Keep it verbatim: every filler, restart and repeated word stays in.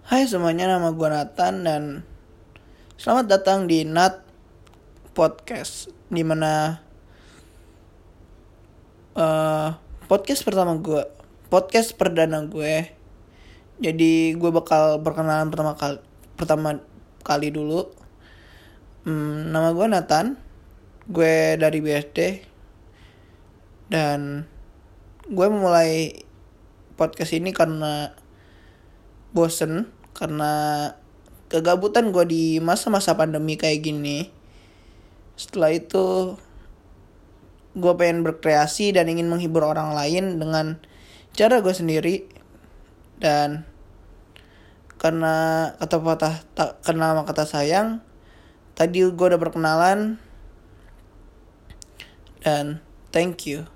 Hai semuanya, nama gue Nathan dan selamat datang di Nat Podcast, dimana uh, podcast pertama gue, podcast perdana gue. Jadi gue bakal perkenalan pertama kali, pertama kali dulu. Hmm, nama gue Nathan, gue dari B S D dan gue memulai podcast ini karena bosen, karena kegabutan gue di masa-masa pandemi kayak gini. Setelah itu gue pengen berkreasi dan ingin menghibur orang lain dengan cara gue sendiri. Dan karena kata patah tak kenal sama kata sayang, tadi gue udah berkenalan. Dan thank you.